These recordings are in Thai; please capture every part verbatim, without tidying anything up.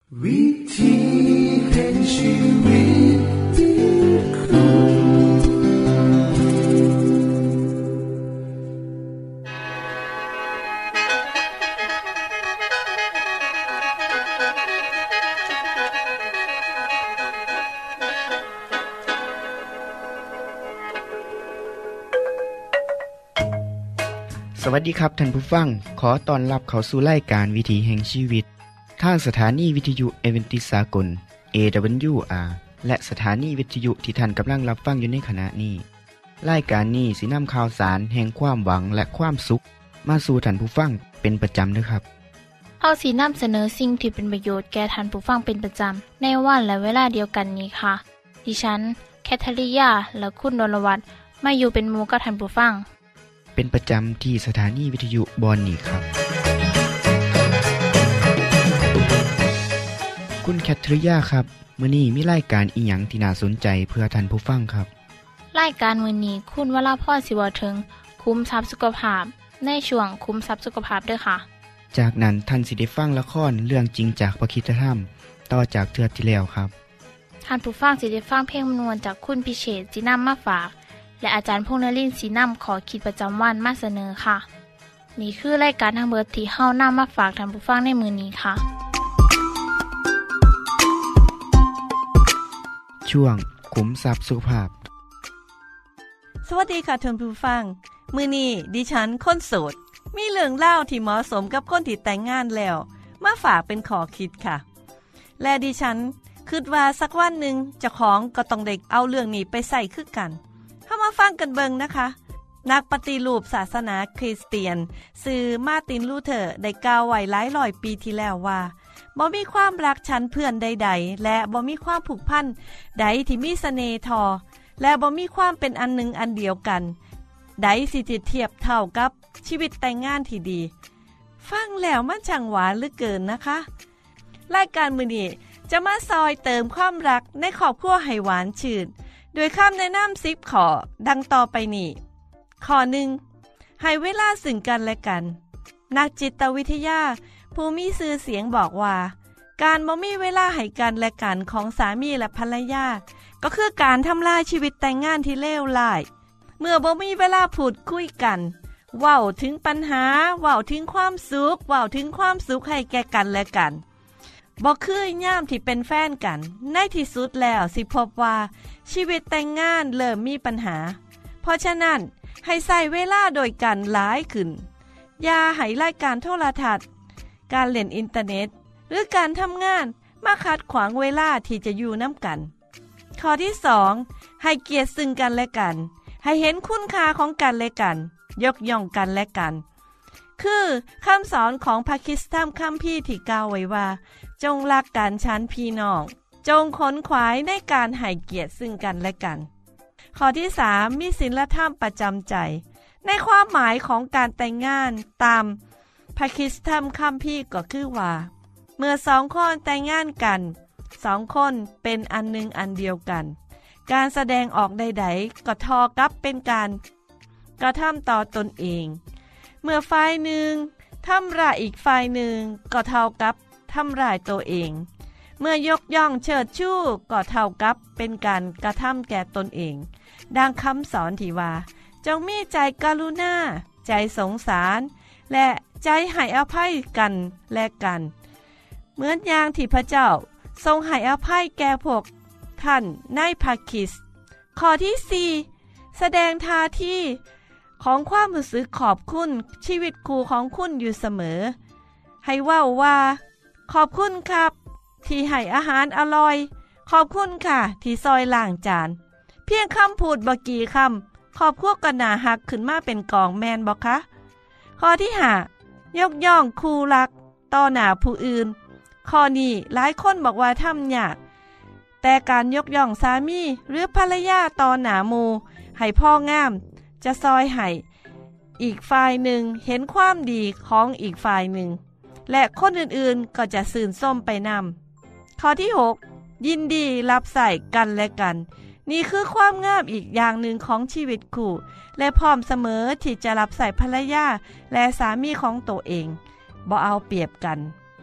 วิธีแห่งชีวิตที่คุณสวัสดีครับท่านผู้ฟังขอต้อนรับเข้าสู่รายการวิถีแห่งชีวิตทางสถานีวิทยุเอเวนติสากล เอ ดับเบิลยู อาร์ และสถานีวิทยุที่ท่านกำลังรับฟังอยู่ในขณะนี้รายการนี้สินำข่าวสารแห่งความหวังและความสุขมาสู่ท่านผู้ฟังเป็นประจำเด้อครับเฮาสินำเสนอสิ่งที่เป็นประโยชน์แก่ท่านผู้ฟังเป็นประจำในวันและเวลาเดียวกันนี้ค่ะดิฉันแคทริยาและคุณดลวัฒน์มาอยู่เป็นหมู่กับท่านผู้ฟังเป็นประจำที่สถานีวิทยุบอนนี่ครับคุณแคทริยาครับมื้อนี้มีรายการอีหยังที่น่าสนใจเพื่อท่านผู้ฟังครับรายการมื้อนี้คุณวราพรสิเว้าถึงคุ้มทรัพย์สุขภาพในช่วงคุ้มทรัพย์สุขภาพเด้อค่ะจากนั้นท่านสิได้ฟังละครเรื่องจริงจากพระคริสตธรรมต่อจากเทื่อที่แล้วครับท่านผู้ฟังสิได้ฟังเพลงมนวนจากคุณพิเชษฐ์สินำมาฝากและอาจารย์พงษ์นฤมลศรีนำขอคิดประจำวันมาเสนอค่ะนี่คือรายการทางเบิร์ดที่เฮานำมาฝากท่านผู้ฟังในมื้อนี้ค่ะช่วงขุมทรัพย์สุขภาพสวัสดีค่ะท่านผู้ฟังมื้อนี้ดิฉันคนโสดมีเรื่องเล่าที่เหมาะสมกับคนที่แต่งงานแล้วมาฝากเป็นขอคิดค่ะและดิฉันคิดว่าสักวันหนึ่งเจ้าของก็ต้องได้เอาเรื่องนี้ไปใส่คือกันเข้ามาฟังกันเบิงนะคะนักปฏิรูปศาสนาคริสเตียนซื่อมาร์ตินลูเทอร์ได้กล่าวไว้หลายร้อยปีที่แล้วว่าบ่มีความรักฉันเพื่อนใดๆและบ่มีความผูกพันใดที่มีเสน่ห์ทอและบ่มีความเป็นอันหนึ่งอันเดียวกันใดสิเทียบเท่ากับชีวิตแต่งงานที่ดีฟังแล้วมันช่างหวานเหลือเกินนะคะรายการมื้อนี้จะมาซอยเติมความรักในครอบครัวให้หวานชื่นโดยคำแนะนำสิบข้อดังต่อไปนี้ข้อหนึ่งให้เวลาซึ่งกันและกันนักจิตวิทยาผู้มีชื่อเสียงบอกว่าการบ่มีเวลาให้กันและกันของสามีและภรรยาก็คือการทำลายชีวิตแต่งงานที่เลวร้ายเมื่อบ่มีเวลาพูดคุยกันเว้าถึงปัญหาเว้าถึงความสุขเว้าถึงความสุขให้แก่กันและกันบ่คือย่ามที่เป็นแฟนกันในที่สุดแล้วสิพบว่าชีวิตแต่งงานเริ่มมีปัญหาเพราะฉะนั้นให้ใส่เวลาโดยกันหลายขึ้นอย่าให้รายการโทรทัศน์การเล่นอินเทอร์เน็ตหรือการทำงานมาขัดขวางเวลาที่จะอยู่น้ำกันข้อที่สองให้เกียรติซึ่งกันและกันให้เห็นคุณค่าของกันและกันยกย่องกันและกันคือคำสอนของพระคริสตธรรมคัมภีร์ที่กล่าวไว้ว่าจงรักกันฉันพี่น้องจงขนขวายในการให้เกียรติซึ่งกันและกันข้อที่สามมีศีลธรรมประจำใจในความหมายของการแต่งงานตามพระคริสตธรรมคัมภีร์ก็คือว่าเมื่อสองคนแต่งงานกันสองคนเป็นอันหนึ่งอันเดียวกันการแสดงออกใดๆก็ทอกับเป็นการกระทำต่อตนเองเมื่อฝ่ายหนึ่งทำร้ายอีกฝ่ายหนึ่งก็เท่ากับทำร้ายตัวเองเมื่อยกย่องเชิดชู่ก็เท่ากับเป็นการกระทำแก่ตนเองดังคำสอนที่ว่าจงมีใจกรุณาใจสงสารและใจให้อภัยกันและกันเหมือนอย่างที่พระเจ้าทรงให้อภัยแก่พวกท่านในพระคริสต์ข้อที่สี่แสดงท่าทีของความรู้สึกขอบคุณชีวิตคู่ของคุณอยู่เสมอให้ว่าว่าขอบคุณครับที่ให้อาหารอร่อยขอบคุณค่ะที่ซอยล้างจานเพียงคำพูดบ่กี่คำขอบคุณก็น่าฮักขึ้นมาเป็นกองแมนบ่คะข้อที่ห้ายกย่องคู่รักต่อหน้าผู้อื่นข้อนี้หลายคนบอกว่าทำยากแต่การยกย่องสามีหรือภรรยาต่อหน้าหมู่ให้พ่องามจะซอยให้อีกฝ่ายหนึ่งเห็นความดีของอีกฝ่ายหนึ่งและคนอื่นๆก็จะสื่นส้มไปนำข้อที่หกยินดีรับใส่กันและกันนี่คือความงามอีกอย่างหนึ่งของชีวิตคู่และพร้อมเสมอที่จะรับใส่ภรรยาและสามีของตัวเองบ่เอาเปรียบกัน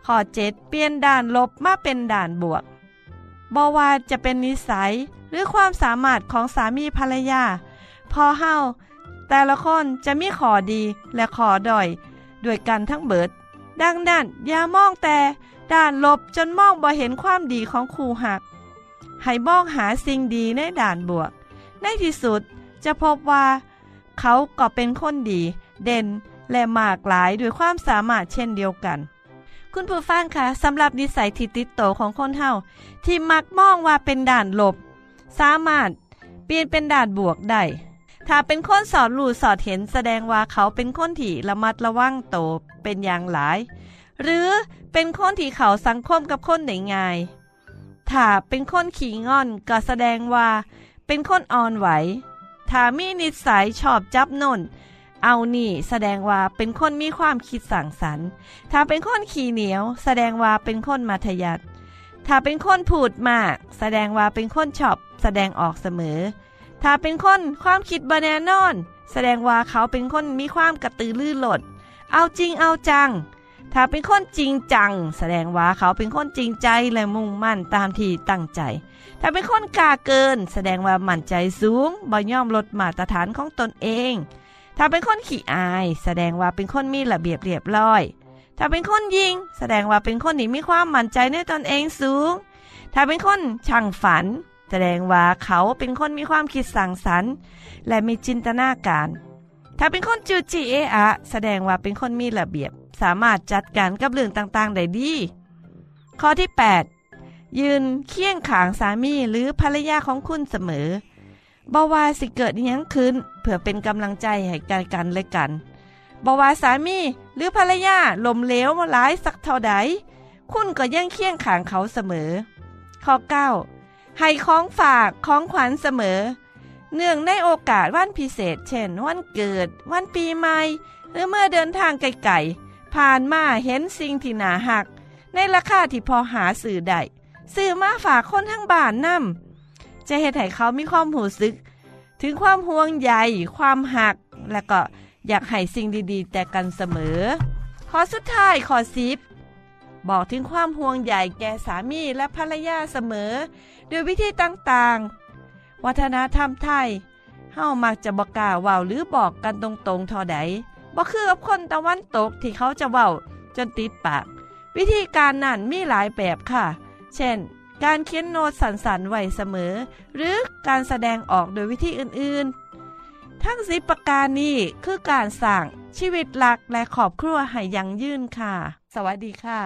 ข้อเจ็ดเปลี่ยนด่านลบมาเป็นด่านบวกบ่ว่าจะเป็นนิสัยหรือความสามารถของสามีภรรยาพอเฮาแต่ละคนจะมีข้อดีและข้อด้อยด้วยกันทั้งเบิดดังนั้นอย่ามองแต่ด่านลบจนมองบ่เห็นความดีของคู่หักให้มองหาสิ่งดีในด่านบวกในที่สุดจะพบว่าเขาก็เป็นคนดีเด่นและมากหลายด้วยความสามารถเช่นเดียวกันคุณผู้ฟังคะสำหรับนิสัยที่ติดโตของคนเฮาที่มักมองว่าเป็นด่านลบสามารถเปลี่ยนเป็นด่านบวกได้ถ้าเป็นคนสอดรู้สอดเห็นแสดงว่าเขาเป็นคนที่ระมัดระวังโตเป็นอย่างหลายหรือเป็นคนที่เขาสังคมกับคนได้ง่ายถ้าเป็นคนขี้งอนก็แสดงว่าเป็นคนอ่อนไหวถ้ามีนิสัยชอบจับโน่นเอานี่แสดงว่าเป็นคนมีความคิดสร้างสรรค์ถ้าเป็นคนขี้เหนียวแสดงว่าเป็นคนมัธยัสถ์ถ้าเป็นคนพูดมากแสดงว่าเป็นคนชอบแสดงออกเสมอถ้าเป็นคนความคิดบ่แน่นอนแสดงว่าเขาเป็นคนมีความกระตือรือร้นเอาจริงเอาจังถ้าเป็นคนจริงจังแสดงว่าเขาเป็นคนจริงใจและมุ่งมั่นตามที่ตั้งใจถ้าเป็นคนกล้าเกินแสดงว่ามั่นใจสูงบ่ยอมลดมาตรฐานของตนเองถ้าเป็นคนขี้อายแสดงว่าเป็นคนมีระเบียบเรียบร้อยถ้าเป็นคนยิงแสดงว่าเป็นคนที่มีความมั่นใจในตนเองสูงถ้าเป็นคนช่างฝันแสดงว่าเขาเป็นคนมีความคิดสร้างสรรค์และมีจินตนาการถ้าเป็นคนจูจีเอะอะแสดงว่าเป็นคนมีระเบียบสามารถจัดการกับเรื่องต่างๆได้ดีข้อที่แปดยืนเคียงข้างสามีหรือภรรยาของคุณเสมอบ่ว่าสิเกิดอิหยังขึ้นเพื่อเป็นกำลังใจให้กันกันและกันบ่ว่าสามีหรือภรรยาล้มเหลวหลายสักเท่าใดคุณก็ยังเคียงข้างเขาเสมอข้อเก้าให้ของฝากของขวัญเสมอเนื่องในโอกาสวันพิเศษเช่นวันเกิดวันปีใหม่หรือเมื่อเดินทางไกลๆผ่านมาเห็นสิ่งที่น่าหักในราคาที่พอหาซื้อได้ซื้อมาฝากคนทั้งบ้านนำจะเฮ็ดให้เขามีความรู้สึกถึงความห่วงใยความหักและก็อยากให้สิ่งดีๆแต่กันเสมอข้อสุดท้ายข้อสิบบอกถึงความห่วงใยแก่สามีและภรรยาเสมอด้วยวิธีต่างๆวัฒนธรรมไทยเฮามักจะบ่กล้าเว้าหรือบอกกันตรงๆเท่าใดบ่คือกับคนตะวันตกที่เขาจะเว้าจนติดปากวิธีการนั้นมีหลายแบบค่ะเช่นการเขียนโน้ตสั้นๆไว้เสมอหรือการแสดงออกโดยวิธีอื่นๆทั้งสิบประการนี้คือการสร้างชีวิตหลักและครอบครัวให้ยั่งยืนค่ะสวัสดีค่ะ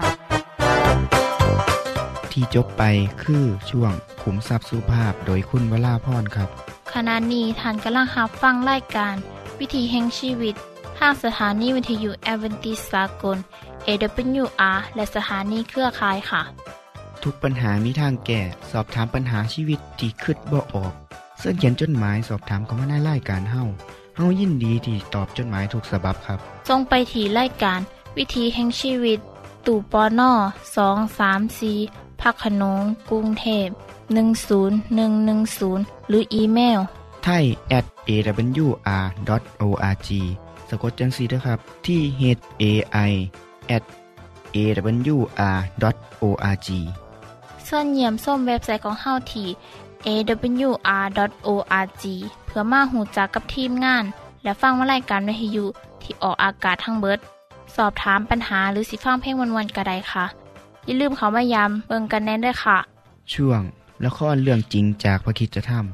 ที่จบไปคือช่วงขุมทรัพย์สุภาพโดยคุณวราพรครับขณะนี้ท่านกำลังรับฟังรายการวิถีแห่งชีวิตทางสถานีวิทยุแอดเวนทิสต์สากล เอ ดับเบิลยู อาร์ และสถานีเครือข่ายค่ะทุกปัญหามีทางแก้สอบถามปัญหาชีวิตที่คิดบ่ออกเสิร์ชเขียนจดหมายสอบถามเข้ามาในรายการเฮาเฮายินดีที่ตอบจดหมายทุกฉบับครับส่งไปที่รายการวิถีแห่งชีวิตตู้ปนสอง สาม สี่พักขนงกรุงเทพหนึ่ง ศูนย์ หนึ่ง หนึ่ง ศูนย์หรืออีเมลไทย แอท เอ ดับเบิลยู อาร์ ดอท โอ อาร์ จี สะกดจังซี่เด้อครับที่ เอช เอ ไอ แอท เอ ดับเบิลยู อาร์ ดอท โอ อาร์ จีส่วนเยี่ยมส้มเว็บไซต์ของเฮาที่ เอ ดับเบิลยู อาร์ ดอท โอ อาร์ จี เพื่อมาหูจักกับทีมงานและฟังวารายการวิทยุที่ออกอากาศทั้งเบิดสอบถามปัญหาหรือสิฟังเพลงวนๆก็ได้ค่ะอย่าลืมเข้ามาย้ำเบิ่งกันแน่นด้วยค่ะช่วงละครเรื่องจริงจากพระคริสตธรรม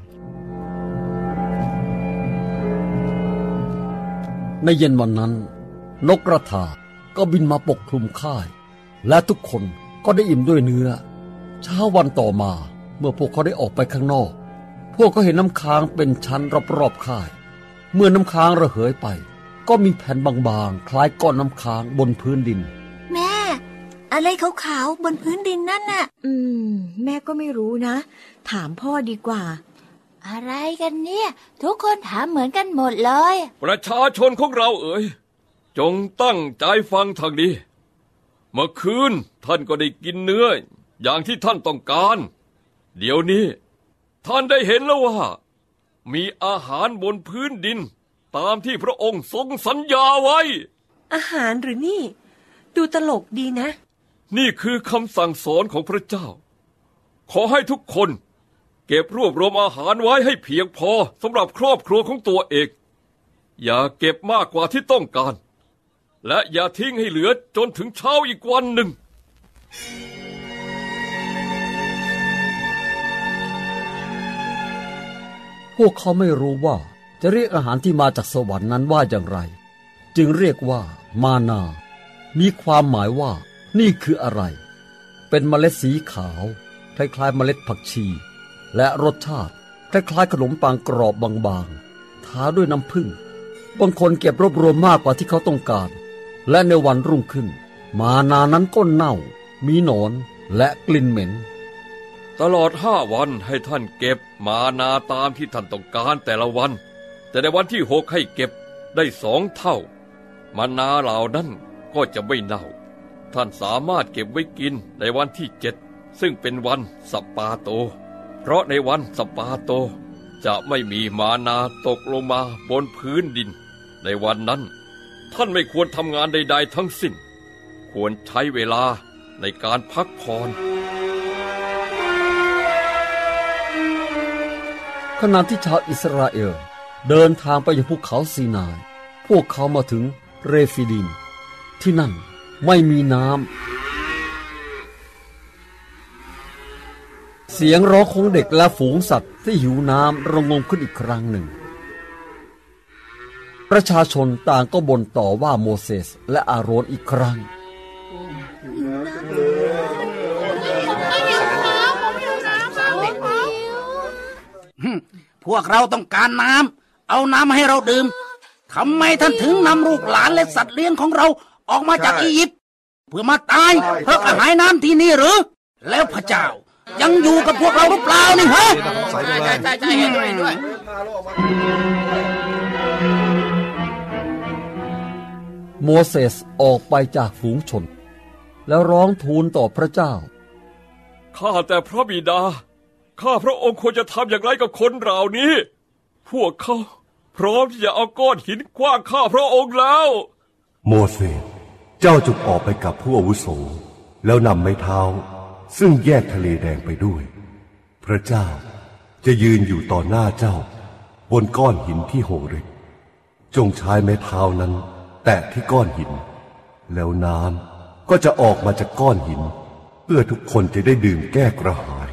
ในเย็นวันนั้นนกกระทาก็บินมาปกคลุมค่ายและทุกคนก็ได้อิ่มด้วยเนื้อเช้าวันต่อมาเมื่อพวกเขาได้ออกไปข้างนอกพวกเขาเห็นน้ำค้างเป็นชั้นรอบๆค่ายเมื่อน้ำค้างระเหยไปก็มีแผ่นบางๆคล้ายก้อนน้ำค้างบนพื้นดินแม่อะไรขาวๆบนพื้นดินนั่นน่ะอืมแม่ก็ไม่รู้นะถามพ่อดีกว่าอะไรกันเนี่ยทุกคนถามเหมือนกันหมดเลยประชาชนของเราเอ๋ยจงตั้งใจฟังทางนี้เมื่อคืนท่านก็ได้กินเนื้ออย่างที่ท่านต้องการเดี๋ยวนี้ท่านได้เห็นแล้วว่ามีอาหารบนพื้นดินตามที่พระองค์ทรงสัญญาไว้อาหารหรือนี่ดูตลกดีนะนี่คือคำสั่งสอนของพระเจ้าขอให้ทุกคนเก็บรวบรวมอาหารไว้ให้เพียงพอสำหรับครอบครัวของตัวเองอย่าเก็บมากกว่าที่ต้องการและอย่าทิ้งให้เหลือจนถึงเช้าอีกวันหนึ่งพวกเขาไม่รู้ว่าจะเรียกอาหารที่มาจากสวรรค์นั้นว่าอย่างไรจึงเรียกว่ามานามีความหมายว่านี่คืออะไรเป็นเมล็ดสีขาวคล้ายๆเมล็ดผักชีและรสชาติคล้ายๆขนมปังกรอบบางๆทาด้วยน้ำผึ้งบางคนเก็บรวบรวมมากกว่าที่เขาต้องการและในวันรุ่งขึ้นมานานั้นก็เน่ามีหนอนและกลิ่นเหม็นตลอดห้าวันให้ท่านเก็บมานาตามที่ท่านต้องการแต่ละวันแต่ในวันที่หกให้เก็บได้สองเท่ามานาเหล่านั้นก็จะไม่เน่าท่านสามารถเก็บไว้กินในวันที่เจ็ดซึ่งเป็นวันสัปปาโตเพราะในวันสัปปาโตจะไม่มีมานาตกลงมาบนพื้นดินในวันนั้นท่านไม่ควรทำงานใดๆทั้งสิ้นควรใช้เวลาในการพักผ่อนขณะที่ชาวอิสราเอลเดินทางไปยังภูเขาซีนายพวกเขามาถึงเรฟิดิมที่นั่นไม่มีน้ำเสียงร้องของเด็กและฝูงสัตว์ที่หิวน้ำระงมขึ้นอีกครั้งหนึ่งประชาชนต่างก็บ่นต่อว่าโมเสสและอาโรนอีกครั้งพวกเราต้องการน้ำเอาน้ำมาให้เราดื่มทำไมท่านถึงนำลูกหลานและสัตว์เลี้ยงของเราออกมาจากอียิปต์เพื่อมาตายเพราะกระหายน้ำที่นี่หรือแล้วพระเจ้ายังอยู่กับพวกเราหรือเปล่านี่ฮะใช่ใช่ใช่ใช่เห็นด้วยด้วยโมเสสออกไปจากฝูงชนแล้วร้องทูลต่อพระเจ้าข้าแต่พระบิดาข้าพระองค์ควรจะทำอย่างไรกับคนเหล่านี้พวกเขาพร้อมที่จะเอาก้อนหินขว้างข้าพระองค์แล้วโมเสสเจ้าจงออกไปกับผู้อาวุโสแล้วนำไม้เท้าซึ่งแยกทะเลแดงไปด้วยพระเจ้าจะยืนอยู่ต่อหน้าเจ้าบนก้อนหินที่โหเร็บจงใช้ไม้เท้านั้นแตะที่ก้อนหินแล้วน้ำก็จะออกมาจากก้อนหินเพื่อทุกคนจะได้ดื่มแก้กระหาย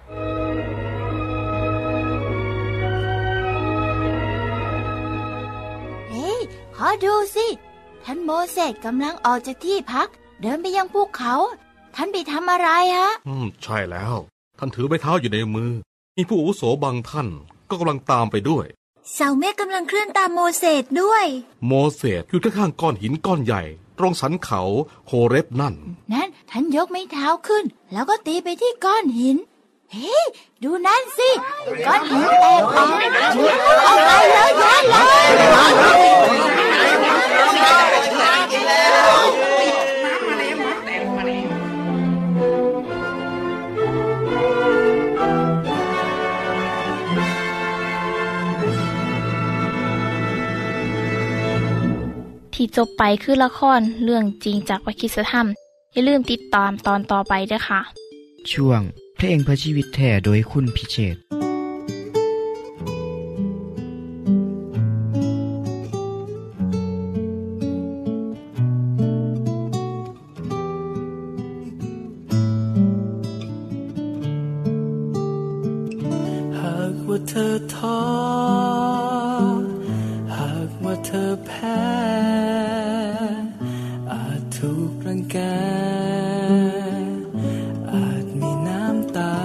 เฮ้ยขอดูสิท่านโมเสสกำลังออกจากที่พักเดินไปยังภูเขาท่านไปทำอะไรฮะอืมใช่แล้วท่านถือไม้เท้าอยู่ในมือมีผู้อาวุโสบางท่านก็กำลังตามไปด้วยเสาเมฆกำลังเคลื่อนตามโมเสสด้วยโมเสสอยู่ข้างๆก้อนหินก้อนใหญ่ตรงสันเขาโฮเรบนั่นนั่นท่านยกไม้เท้าขึ้นแล้วก็ตีไปที่ก้อนหินเฮ้ยดูนั่นสิก้อนหินแตกออกออกไปแล้วย้อนเลยที่จบไปคือละครเรื่องจริงจากวิคิสธรรมอย่าลืมติดตามตอนต่อไปด้วยค่ะช่วงเพลงเพื่อชีวิตแท้โดยคุณพิเชษฐ์หากว่าเธอท้อหากว่าเธอแพ้อาจถูกรังแกอาจมีน้ำตา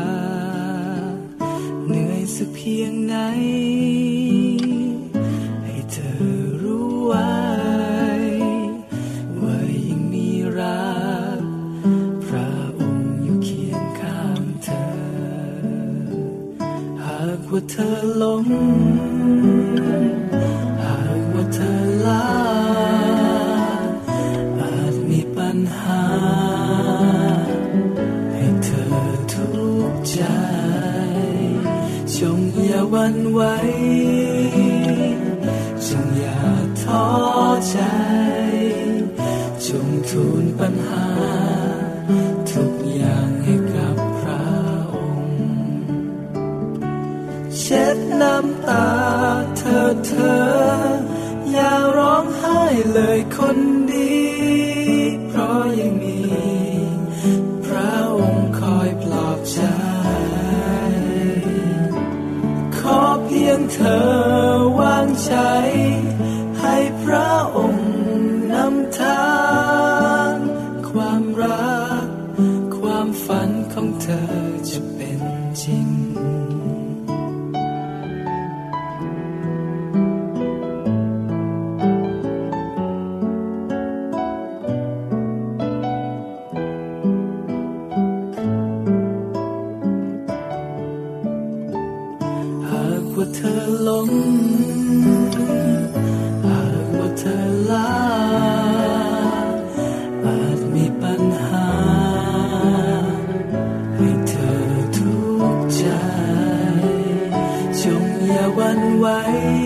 เหนื่อยสักเพียงไหนให้เธอรู้ไว้ว่ายังมีรักพระองค์อยู่เคียงข้างเธอหากว่าเธอล้มหากว่าเธอลาอาจมีปัญหาให้เธอทุกข์ใจจงอย่าหวั่นไหวจงอย่าท้อใจจงทูลปัญหาำตาเธอเธออย่าร้องไห้เลยคนดีเพราะยังมีพระองค์คอยปลอบใจขอเพียงเธอวางใจให้พระองค์นำทางความรักความฝันของเธอจะเป็นจริงหากว่าเธอหลงหากว่าเธอลาอาจมีปัญหาให้เธอทุกข์ใจจงอย่าหวั่นไหว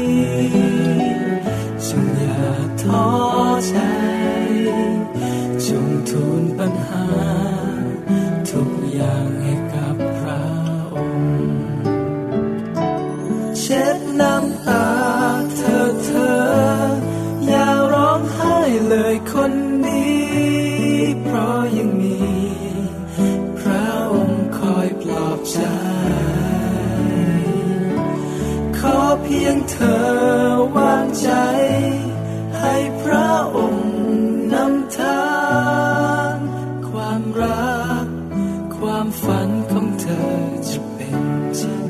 จงอย่าท้อใจจงทูลปัญหาทุกอย่างให้กับพระองค์เช็ดน้ำตาเธอเธออย่าร้องไห้เลยคนดีเพราะยังมีพระองค์คอยปลอบใจขอเพียงเธอวางใจให้พระองค์นำทางความรักความฝันของเธอจะเป็นจริง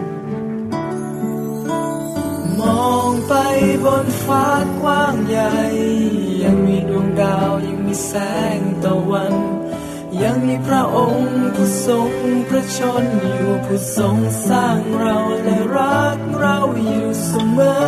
มองไปบนฟ้ากว้างใหญ่ยังมีดวงดาวยังมีแสงตะวันยังมีพระองค์ผู้ทรงพระชนอยู่ผู้ทรงสร้างเราและรักเราอยู่เสมอ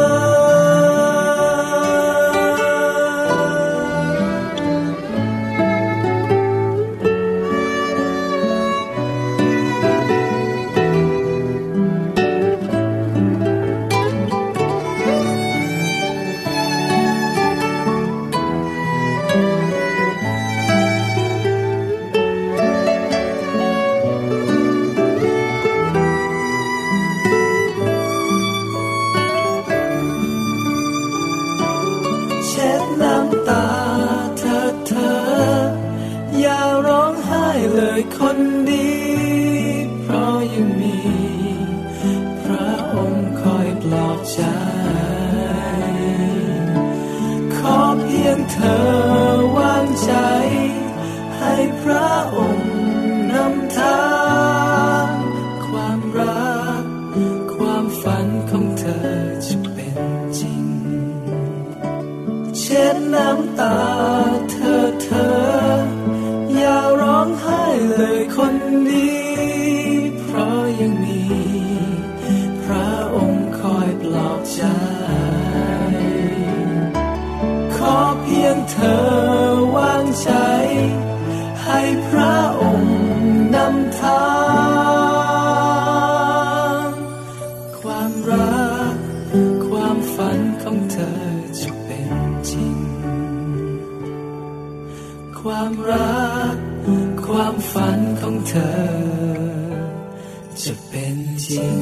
เลยคนดีเพราะยังมีพระองค์คอยปลอบใจขอเพียงเธอวางใจให้พระองค์นำทางความรักความฝันของเธอจะเป็นจริงเช็ดน้ำตาเธอเธออย่าร้องไห้เลยคนดีเพราะยังมีพระองค์คอยปลอบใจขอเพียงเธอวางใจให้พระองค์นำทางความรักความฝันของเธอจะเป็นจริงความรักความฝันของเธอจะเป็นจริง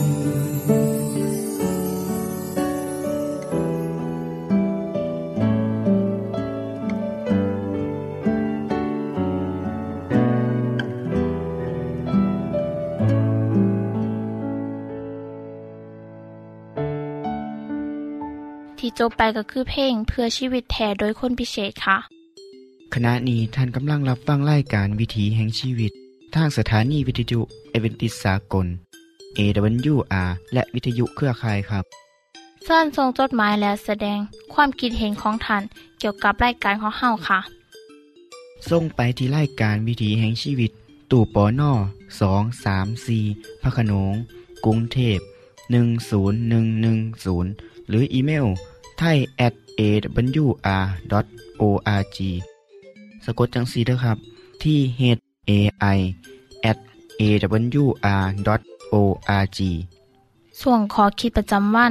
ที่จบไปก็คือเพลงเพื่อชีวิตแท้โดยคนพิเศษค่ะขณะนี้ท่านกำลังรับฟังรายการวิถีแห่งชีวิตทางสถานีวิทยุเอเวนติสากล เอ ดับเบิลยู อาร์ และวิทยุเครือข่ายครับเชิญส่งจดหมายและแสดงความคิดเห็นของท่านเกี่ยวกับรายการของเฮาค่ะส่งไปที่รายการวิถีแห่งชีวิตตู้ปนสอง สาม สี่พระโขนงกรุงเทพหนึ่งศูนย์หนึ่งหนึ่งศูนย์หรืออีเมล ไทย แอท เอ ดับเบิลยู อาร์ ดอท โอ อาร์ จี สะกดจังซี่เด้อครับที่ เอช เอ ไอ แอท เอ ดับเบิลยู อาร์ ดอท โอ อาร์ จีส่วนขอคิดประจำวัน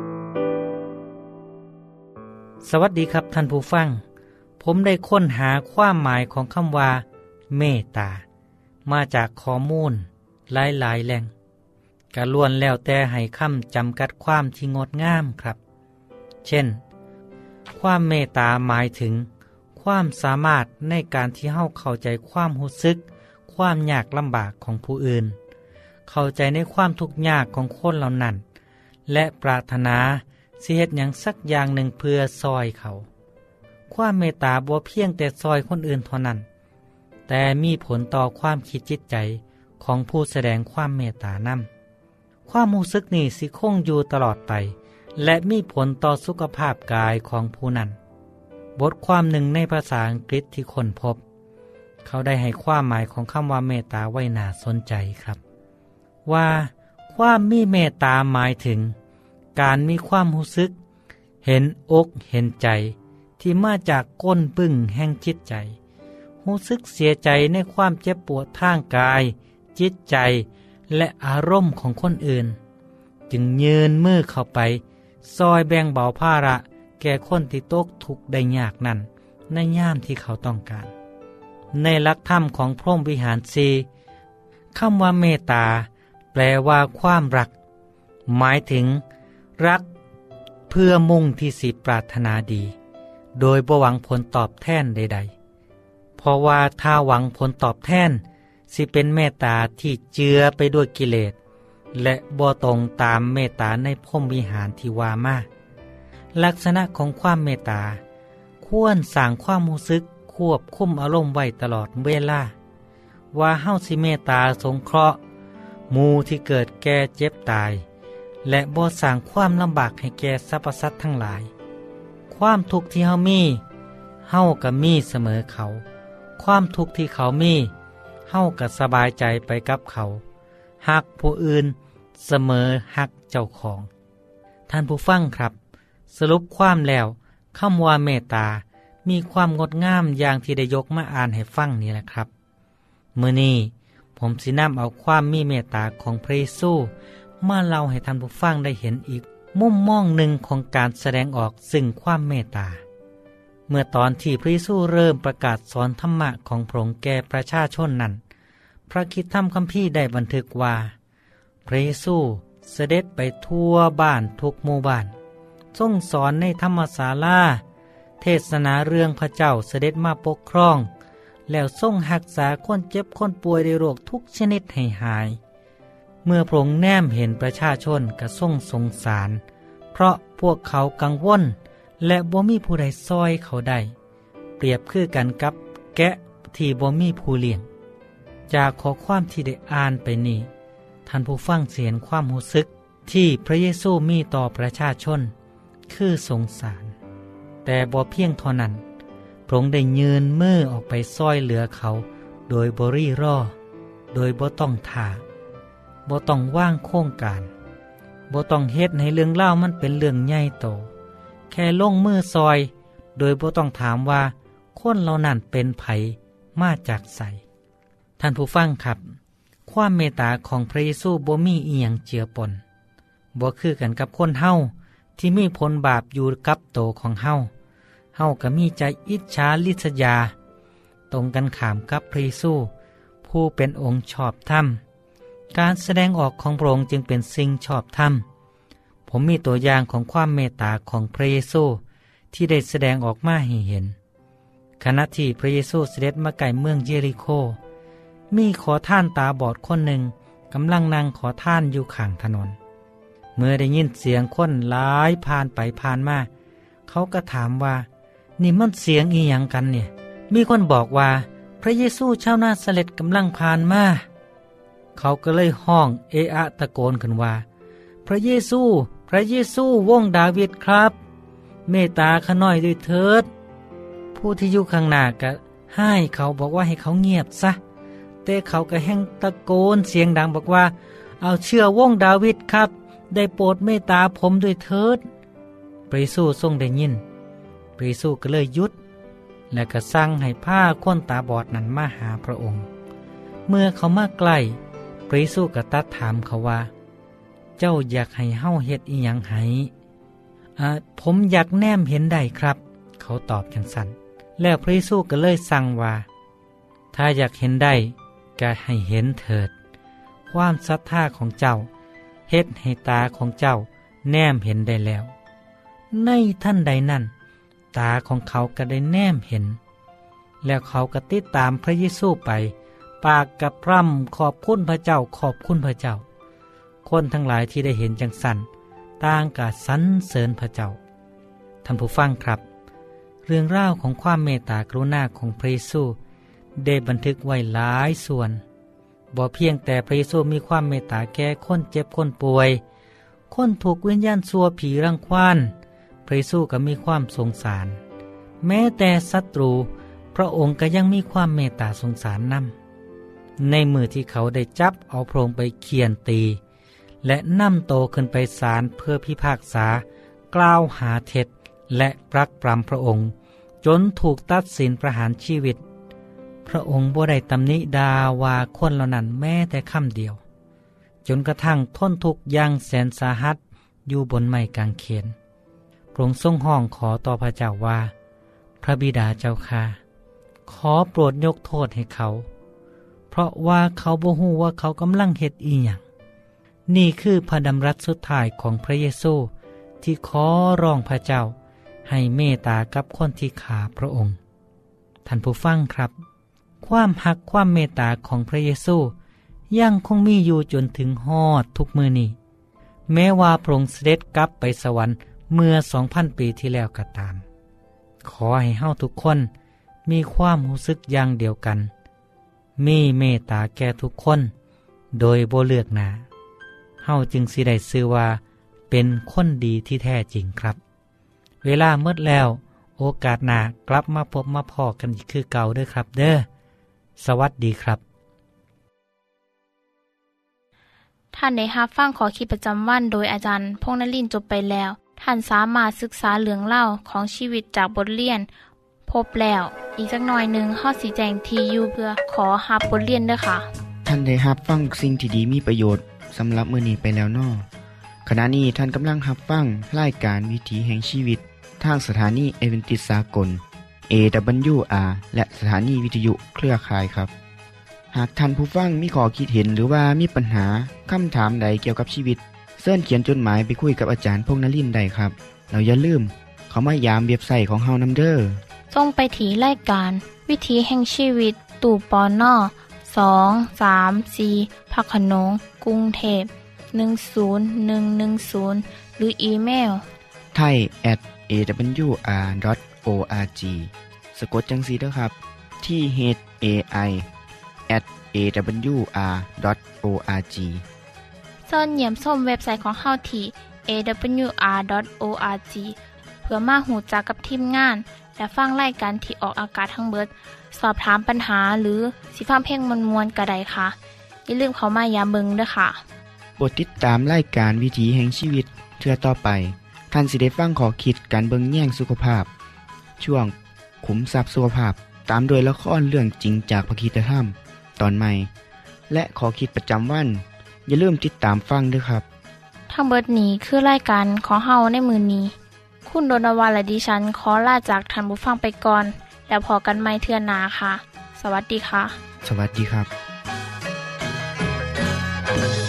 สวัสดีครับท่านผู้ฟังผมได้ค้นหาความหมายของคำว่าเมตตามาจากข้อมูลหลายๆแหล่งกะล้วนแล้วแต่ให้คำจำกัดความที่งดงามครับเช่นความเมตตาหมายถึงความสามารถในการที่เฮาเข้าใจความรู้สึกความยากลำบากของผู้อื่นเข้าใจในความทุกข์ยากของคนเหล่านั้นและปรารถนาสิเฮ็ดหยังสักอย่างหนึ่งเพื่อซอยเขาความเมตตาบ่เพียงแต่ซอยคนอื่นเท่านั้นแต่มีผลต่อความคิดจิตใจของผู้แสดงความเมตตานำความรู้สึกนี้สิคงอยู่ตลอดไปและมีผลต่อสุขภาพกายของผู้นั้นบทความหนึ่งในภาษาอังกฤษที่ค้นพบเขาได้ให้ความหมายของคำว่าเมตตาไว้น่าสนใจครับว่าความมีเมตตาหมายถึงการมีความรู้สึกเห็นอกเห็นใจที่มาจากก้นบึ้งแห่งจิตใจรู้สึกเสียใจในความเจ็บปวดทางกายจิตใจและอารมณ์ของคนอื่นจึงยืนมือเข้าไปซอยแบ่งเบาภาระแก่คนที่ตกทุกข์ได้ยากนั้นในยามที่เขาต้องการในหลักธรรมของพรหมวิหารสีคำว่าเมตตาแปลว่าความรักหมายถึงรักเพื่อมุ่งที่สิปรารถนาดีโดยบ่หวังผลตอบแทนใดๆเพราะว่าถ้าหวังผลตอบแทนสิเป็นเมตตาที่เจือไปด้วยกิเลสและบ่ตรงตามเมตตาในพรหมวิหารที่ว่ามาลักษณะของความเมตตาควรสร้างความรู้สึกควบคุมอารมณ์ไว้ตลอดเวลาว่าเฮาสิเมตตาสงเคราะห์หมู่ที่เกิดแก่เจ็บตายและบ่สร้างความลำบากให้แก่สรรพสัตว์ทั้งหลายความทุกข์ที่เฮามีเฮาก็มีเสมอเขาความทุกข์ที่เขามีเฮาก็สบายใจไปกับเขาฮักผู้อื่นเสมอฮักเจ้าของท่านผู้ฟังครับสรุปความแล้วคำว่าเมตตามีความงดงามอย่างที่ได้ยกมาอ่านให้ฟังนี่แหละครับมื้อนี้ผมสินำเอาความมีเมตตาของพระเยซูมาเล่าให้ท่านผู้ฟังได้เห็นอีกมุมมองหนึ่งของการแสดงออกซึ่งความเมตตาเมื่อตอนที่พระเยซูเริ่มประกาศสอนธรรมะของพระองค์แก่ประชาชนนั้นพระคริสตธรรมคัมภีร์ได้บันทึกว่าพระเยซูเสด็จไปทั่วบ้านทุกหมู่บ้านทรงสอนในธรรมศาลาเทศนาเรื่องพระเจ้าเสด็จมาปกครองแล้วทรงรักษาคนเจ็บคนป่วยด้วยโรคทุกชนิดให้หายเมื่อพระองค์แนมเห็นประชาชนก็ทรงสงสารเพราะพวกเขากังวลและบ่มีผู้ใดซอยเขาได้เปรียบคือกันกับแกะที่บ่มีผู้เลี้ยงจากข้อความที่ได้อ่านไปนี้ท่านผู้ฟังเสียนความรู้สึกที่พระเยซูมีต่อประชาชนคือสงสารแต่บ่เพียงเท่านั้นพระองค์ได้ยืนมือออกไปซอยเหลือเขาโดยบ่รีรอโดยบ่ต้องท่าบ่ต้องว่างโครงการบ่ต้องเฮ็ดให้เรื่องเล่ามันเป็นเรื่องใหญ่โตแค่ลงมือซอยโดยบ่ต้องถามว่าคนเหล่านั้นเป็นไผมาจากไสท่านผู้ฟังครับความเมตตาของพระเยซูบ่มีอีหยังเจือปนบ่คือกันกับคนเฮาที่มีผลบาปอยู่กับโตของเฮาเฮาก็มีใจอิจฉาริษยาตรงกันข้ามกับพระเยซูผู้เป็นองค์ชอบธรรมการแสดงออกของพระองค์จึงเป็นสิ่งชอบธรรมผมมีตัวอย่างของความเมตตาของพระเยซูที่ได้แสดงออกมาให้เห็นขณะที่พระเยซูเสด็จมาใกล้เมืองเยริโคมีขอทานตาบอดคนหนึ่งกำลังนั่งขอทานอยู่ข้างถนนเมื่อได้ยินเสียงคนหลายผ่านไปผ่านมาเขาก็ถามว่านี่มันเสียงอีหยังกันเนี่ยมีคนบอกว่าพระเยซูชาวนาซาเร็ตกำลังผ่านมาเขาก็เลยห้องเอะอะตะโกนขึ้นว่าพระเยซูพระเยซูวงดาวิดครับเมตตาข้าน้อยด้วยเถิดผู้ที่อยู่ข้างหน้าก็ให้เขาบอกว่าให้เขาเงียบซะแต่เขาก็แห่งตะโกนเสียงดังบอกว่าเอาเชื่อวงดาวิดครับได้โปรดเมตตาผมด้วยเถิดพระเยซูทรงได้ยินพระเยซูก็เลยหยุดและก็สั่งให้ผ้าคนตาบอดนั้นมาหาพระองค์เมื่อเขามาใกล้พระเยซูก็ตรัสถามเขาว่าเจ้าอยากให้เฮาเฮ็ดอีหยังให้อ่าผมอยากแนมเห็นได้ครับเขาตอบจังซั่นแล้วพระเยซูก็เลยสั่งว่าถ้าอยากเห็นได้ก็ให้เห็นเถิดความศรัทธาของเจ้าเฮ็ดให้ตาของเจ้าแนมเห็นได้แล้วในท่านใดนั้นตาของเขาก็ได้แนมเห็นแล้วเขาก็ติดตามพระเยซูไปปากกับพร่ำขอบคุณพระเจ้าขอบคุณพระเจ้าคนทั้งหลายที่ได้เห็นจังสันต่างกะสรรเสริญพระเจ้าท่านผู้ฟังครับเรื่องราวของความเมตตากรุณาของพระเยซูได้บันทึกไว้หลายส่วนบ่เพียงแต่พระเยซูมีความเมตตาแก่คนเจ็บคนป่วยคนถูกวิญญาณชั่วผีรังควานพระเยซูก็มีความสงสารแม้แต่ศัตรูพระองค์ก็ยังมีความเมตตาสงสารนำในมือที่เขาได้จับเอาพระองค์ไปเคี่ยนตีและนำโตขึ้นไปศาลเพื่อพิพากษากล่าวหาเท็จและปรักปรำพระองค์จนถูกตัดสินประหารชีวิตพระองค์บ่ได้ตำหนิด่าว่าคนเหล่านั้นแม้แต่คำเดียวจนกระทั่งทนทุกข์อย่างแสนสาหัสอยู่บนไม้กางเขนพระองค์ทรงห้องขอต่อพระเจ้าว่าพระบิดาเจ้าข้าขอโปรดยกโทษให้เขาเพราะว่าเขาบ่ฮู้ว่าเขากำลังเฮ็ดอีหยังนี่คือพระดำรัสสุดท้ายของพระเยซูที่ขอร้องพระเจ้าให้เมตตากับคนที่ขาพระองค์ท่านผู้ฟังครับความหักความเมตตาของพระเยซูยังคงมีอยู่จนถึงฮอดทุกมือนี้แม้ว่าพระองค์เสด็จกลับไปสวรรค์เมื่อ สองพัน ปีที่แล้วก็ตามขอให้เฮาทุกคนมีความรู้สึกอย่างเดียวกันมีเมตตาแก่ทุกคนโดยบ่เลือกหน้าเฮาจึงสิได้ชื่อว่าเป็นคนดีที่แท้จริงครับเวลาหมดแล้วโอกาสหน้ากลับมาพบมาพอกันอีกคือเก่าเด้อครับเด้อสวัสดีครับท่านได้รับฟังขอคิดประจำวันโดยอาจารย์พงษ์นฤมลจบไปแล้วท่านสามารถศึกษาเรื่องเล่าของชีวิตจากบทเรียนพบแล้วอีกสักหน่อยหนึ่งข้อสีแจงทีอยู่เพื่อขอรับบทเรียนด้วยค่ะท่านได้รับฟังสิ่งที่ดีมีประโยชน์สำหรับมื้อนี้ไปแล้วน้อขณะนี้ท่านกำลังรับฟังรายการวิถีแห่งชีวิตทางสถานีเอเวนติสากล เอ ดับเบิลยู อาร์ และสถานีวิทยุเครือข่ายครับหากท่านผู้ฟังมีข้อคิดเห็นหรือว่ามีปัญหาคำถามใดเกี่ยวกับชีวิตเชิญเขียนจดหมายไปคุยกับอาจารย์พงษ์นฤมลได้ครับแล้วอย่าลืมเข้ามายามเว็บไซต์ของเฮานำเด้อส่งไปที่รายการวิถีแห่งชีวิตตู่ปนสอง สาม สี่พักขนงกรุงเทพหนึ่งศูนย์หนึ่งหนึ่งศูนย์หรืออีเมลไทย แอท เอ ดับเบิลยู อาร์ ดอท โอ อาร์ จี สะกดจังซี่เด้อครับที่ เอช เอ ไอ แอท เอ ดับเบิลยู อาร์ ดอท โอ อาร์ จีเชิญเยี่ยมชมเว็บไซต์ของเฮาที่ เอ ดับเบิลยู อาร์ ดอท โอ อาร์ จี เพื่อมาหูจักกับทีมงานและฟังรายการที่ออกอากาศทั้งเบิดสอบถามปัญหาหรือสิฟังเพลงมวลๆก็ได้ค่ะอย่าลืมเข้ามายามเบิงด้วยค่ะโปรดติดตามรายการวิถีแห่งชีวิตเทื่อต่อไปท่านสิได้ฟังขอคิดการเบิงแย่งสุขภาพช่วงขุมทรัพย์สุขภาพตามโดยละครเรื่องจริงจากพระคริสตธรรมตอนใหม่และขอคิดประจำวันอย่าลืมติดตามฟังด้วยครับทั้งเบิดนี้คือรายการของเฮาในมือนี้คุณโดนวาและดิฉันขอลาจากท่านผู้ฟังไปก่อนแล้วพอกันใหม่เทื่อหน้าค่ะสวัสดีค่ะสวัสดีครับ